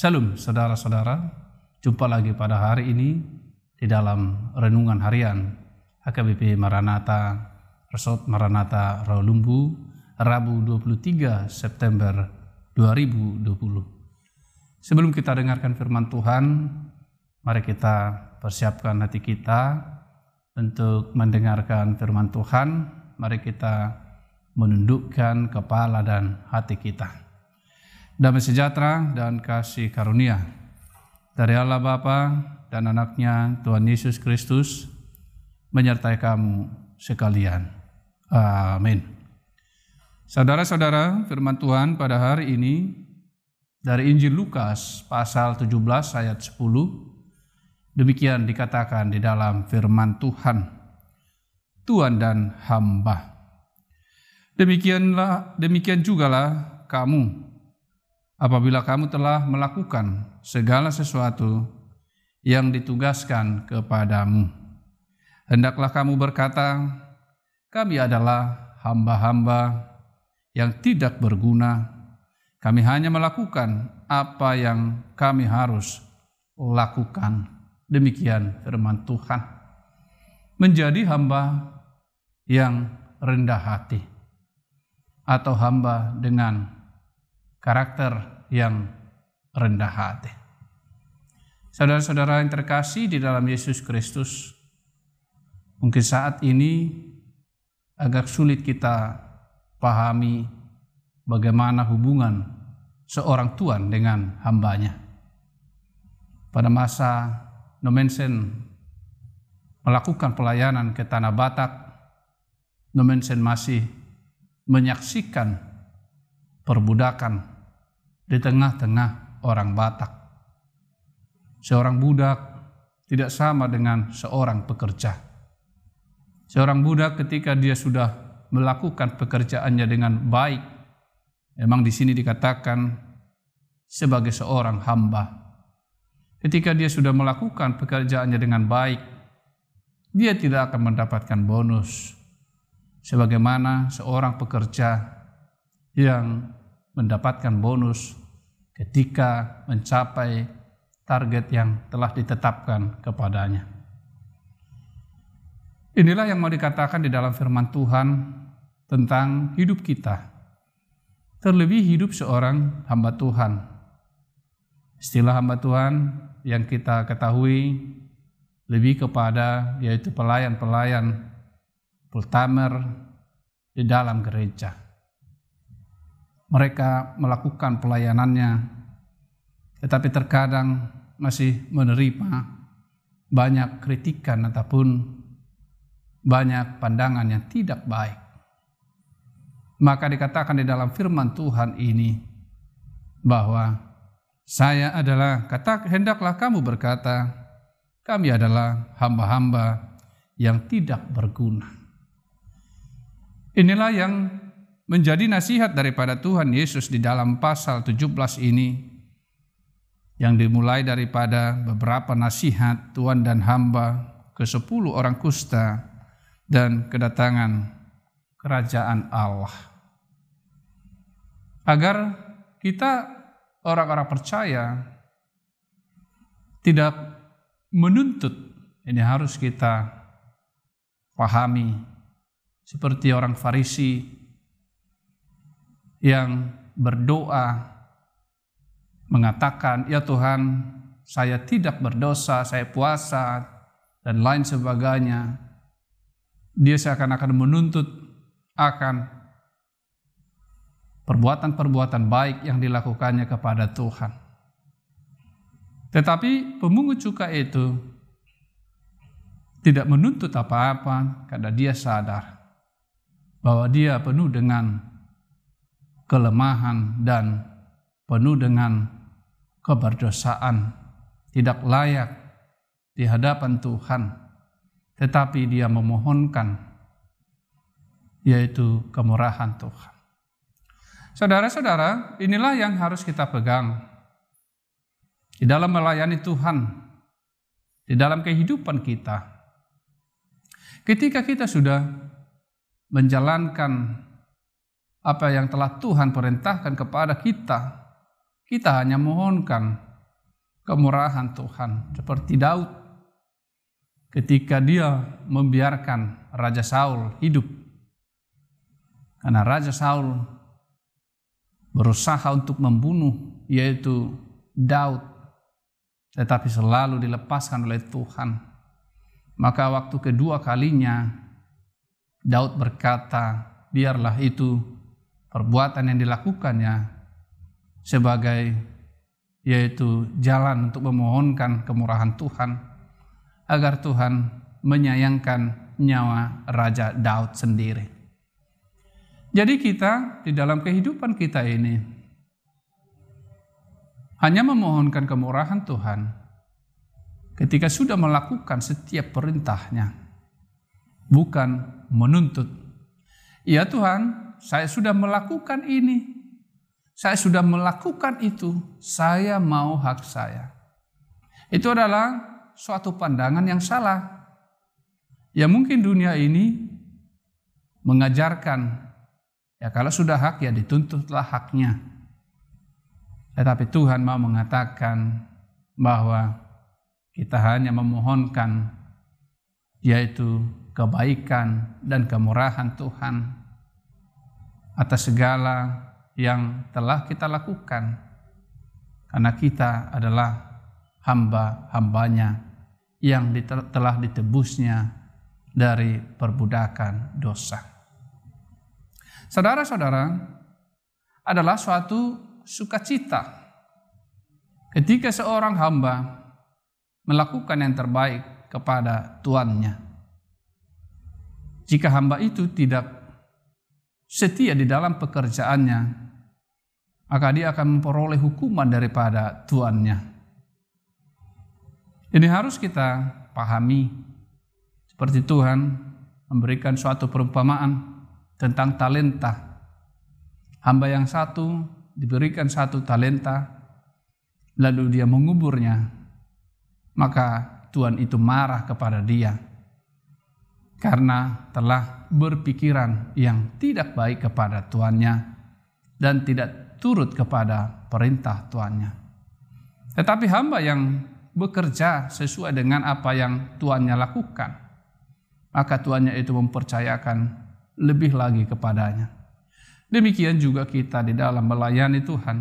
Salam saudara-saudara, jumpa lagi pada hari ini di dalam renungan harian HKBP Maranatha, Resort Maranatha Rawalumbu, Rabu 23 September 2020. Sebelum kita dengarkan firman Tuhan, mari kita persiapkan hati kita untuk mendengarkan firman Tuhan. Mari kita menundukkan kepala dan hati kita. Damai sejahtera dan kasih karunia dari Allah Bapa dan anaknya Tuhan Yesus Kristus menyertai kamu sekalian. Amin. Saudara-saudara, firman Tuhan pada hari ini dari Injil Lukas pasal 17 ayat 10. Demikian dikatakan di dalam firman Tuhan, tuan dan hamba. Demikian jugalah kamu, apabila kamu telah melakukan segala sesuatu yang ditugaskan kepadamu, hendaklah kamu berkata, kami adalah hamba-hamba yang tidak berguna. Kami hanya melakukan apa yang kami harus lakukan. Demikian firman Tuhan. Menjadi hamba yang rendah hati atau hamba dengan karakter yang rendah hati. Saudara-saudara yang terkasih di dalam Yesus Kristus, mungkin saat ini agak sulit kita pahami bagaimana hubungan seorang tuan dengan hambanya. Pada masa Nomensen melakukan pelayanan ke Tanah Batak, Nomensen masih menyaksikan perbudakan di tengah-tengah orang Batak. Seorang budak tidak sama dengan seorang pekerja. Seorang budak ketika dia sudah melakukan pekerjaannya dengan baik, memang di sini dikatakan sebagai seorang hamba. Ketika dia sudah melakukan pekerjaannya dengan baik, dia tidak akan mendapatkan bonus sebagaimana seorang pekerja yang mendapatkan bonus ketika mencapai target yang telah ditetapkan kepadanya. Inilah yang mau dikatakan di dalam firman Tuhan tentang hidup kita, terlebih hidup seorang hamba Tuhan. Istilah hamba Tuhan yang kita ketahui lebih kepada yaitu pelayan-pelayan full-timer di dalam gereja. Mereka melakukan pelayanannya, tetapi terkadang masih menerima banyak kritikan ataupun banyak pandangan yang tidak baik. Maka dikatakan di dalam firman Tuhan ini bahwa hendaklah kamu berkata, kami adalah hamba-hamba yang tidak berguna. Inilah yang menjadi nasihat daripada Tuhan Yesus di dalam pasal 17 ini, yang dimulai daripada beberapa nasihat tuan dan hamba ke 10 orang kusta dan kedatangan kerajaan Allah. Agar kita orang-orang percaya tidak menuntut, ini harus kita pahami, seperti orang Farisi yang berdoa mengatakan, ya Tuhan, saya tidak berdosa, saya puasa dan lain sebagainya. Dia seakan-akan menuntut akan perbuatan-perbuatan baik yang dilakukannya kepada Tuhan. Tetapi pemungut cukai itu tidak menuntut apa-apa karena dia sadar bahwa dia penuh dengan kelemahan dan penuh dengan keberdosaan, tidak layak di hadapan Tuhan, tetapi dia memohonkan yaitu kemurahan Tuhan. Saudara-saudara, inilah yang harus kita pegang di dalam melayani Tuhan, di dalam kehidupan kita. Ketika kita sudah menjalankan apa yang telah Tuhan perintahkan kepada kita, kita hanya mohonkan kemurahan Tuhan. Seperti Daud ketika dia membiarkan Raja Saul hidup. Karena Raja Saul berusaha untuk membunuh yaitu Daud, tetapi selalu dilepaskan oleh Tuhan. Maka waktu kedua kalinya Daud berkata, biarlah itu perbuatan yang dilakukannya sebagai yaitu jalan untuk memohonkan kemurahan Tuhan, agar Tuhan menyayangkan nyawa Raja Daud sendiri. Jadi kita di dalam kehidupan kita ini hanya memohonkan kemurahan Tuhan ketika sudah melakukan setiap perintahnya, bukan menuntut. Ya Tuhan, saya sudah melakukan ini, saya sudah melakukan itu, saya mau hak saya. Itu adalah suatu pandangan yang salah. Ya mungkin dunia ini mengajarkan, ya kalau sudah hak ya dituntutlah haknya. Tetapi Tuhan mau mengatakan bahwa kita hanya memohonkan yaitu kebaikan dan kemurahan Tuhan atas segala yang telah kita lakukan, karena kita adalah hamba-hambanya yang telah ditebusnya dari perbudakan dosa. Saudara-saudara, adalah suatu sukacita ketika seorang hamba melakukan yang terbaik kepada tuannya. Jika hamba itu tidak setia di dalam pekerjaannya, maka dia akan memperoleh hukuman daripada tuannya. Ini harus kita pahami, seperti Tuhan memberikan suatu perumpamaan tentang talenta. Hamba yang satu diberikan 1 talenta, lalu dia menguburnya, maka Tuhan itu marah kepada dia karena telah berpikiran yang tidak baik kepada tuannya dan tidak turut kepada perintah tuannya. Tetapi hamba yang bekerja sesuai dengan apa yang tuannya lakukan, maka tuannya itu mempercayakan lebih lagi kepadanya. Demikian juga kita di dalam melayani Tuhan.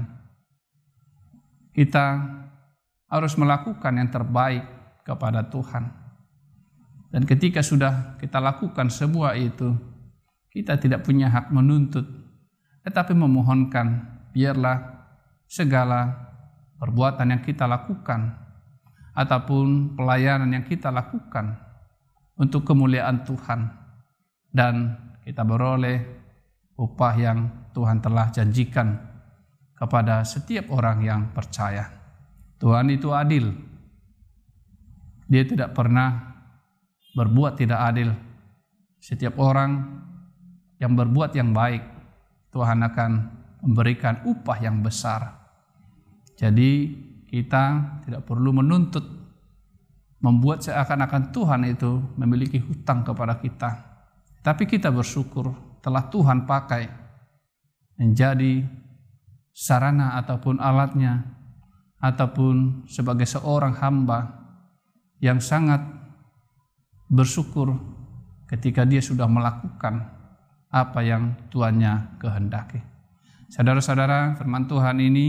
Kita harus melakukan yang terbaik kepada Tuhan. Dan ketika sudah kita lakukan semua itu, kita tidak punya hak menuntut, tetapi memohonkan, biarlah segala perbuatan yang kita lakukan ataupun pelayanan yang kita lakukan untuk kemuliaan Tuhan, dan kita beroleh upah yang Tuhan telah janjikan kepada setiap orang yang percaya. Tuhan itu adil. Dia tidak pernah berbuat tidak adil. Setiap orang yang berbuat yang baik, Tuhan akan memberikan upah yang besar. Jadi kita tidak perlu menuntut, membuat seakan-akan Tuhan itu memiliki hutang kepada kita. Tapi kita bersyukur telah Tuhan pakai menjadi sarana ataupun alatnya, ataupun sebagai seorang hamba yang sangat bersyukur ketika dia sudah melakukan apa yang tuannya kehendaki. Saudara-saudara, firman Tuhan ini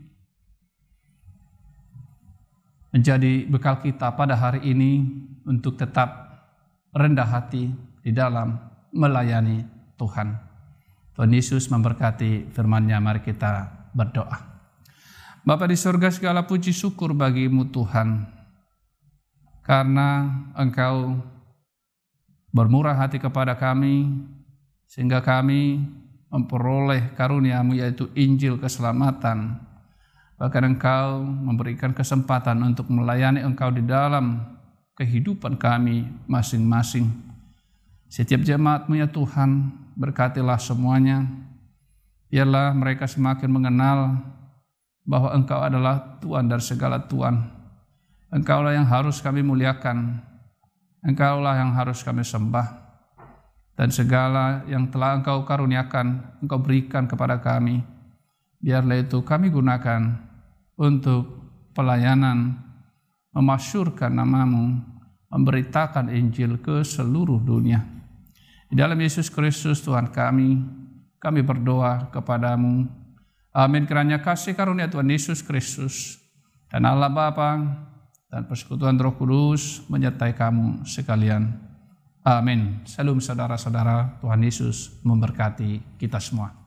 menjadi bekal kita pada hari ini untuk tetap rendah hati di dalam melayani Tuhan. Tuhan Yesus memberkati firman-Nya. Mari kita berdoa. Bapa di surga, segala puji syukur bagi-Mu Tuhan, karena Engkau bermurah hati kepada kami, sehingga kami memperoleh karunia-Mu, yaitu Injil keselamatan. Bahkan Engkau memberikan kesempatan untuk melayani Engkau di dalam kehidupan kami masing-masing. Setiap jemaat-Mu ya Tuhan, berkatilah semuanya. Biarlah mereka semakin mengenal bahwa Engkau adalah Tuhan dari segala Tuhan. Engkaulah yang harus kami muliakan. Engkaulah yang harus kami sembah. Dan segala yang telah Engkau karuniakan, Engkau berikan kepada kami. Biarlah itu kami gunakan untuk pelayanan, memasyurkan nama-Mu, memberitakan Injil ke seluruh dunia. Di dalam Yesus Kristus Tuhan kami berdoa kepadamu. Amin. Kiranya kasih karunia Tuhan Yesus Kristus dan Allah Bapa dan persekutuan Roh Kudus menyertai kamu sekalian. Amin. Salam saudara-saudara, Tuhan Yesus memberkati kita semua.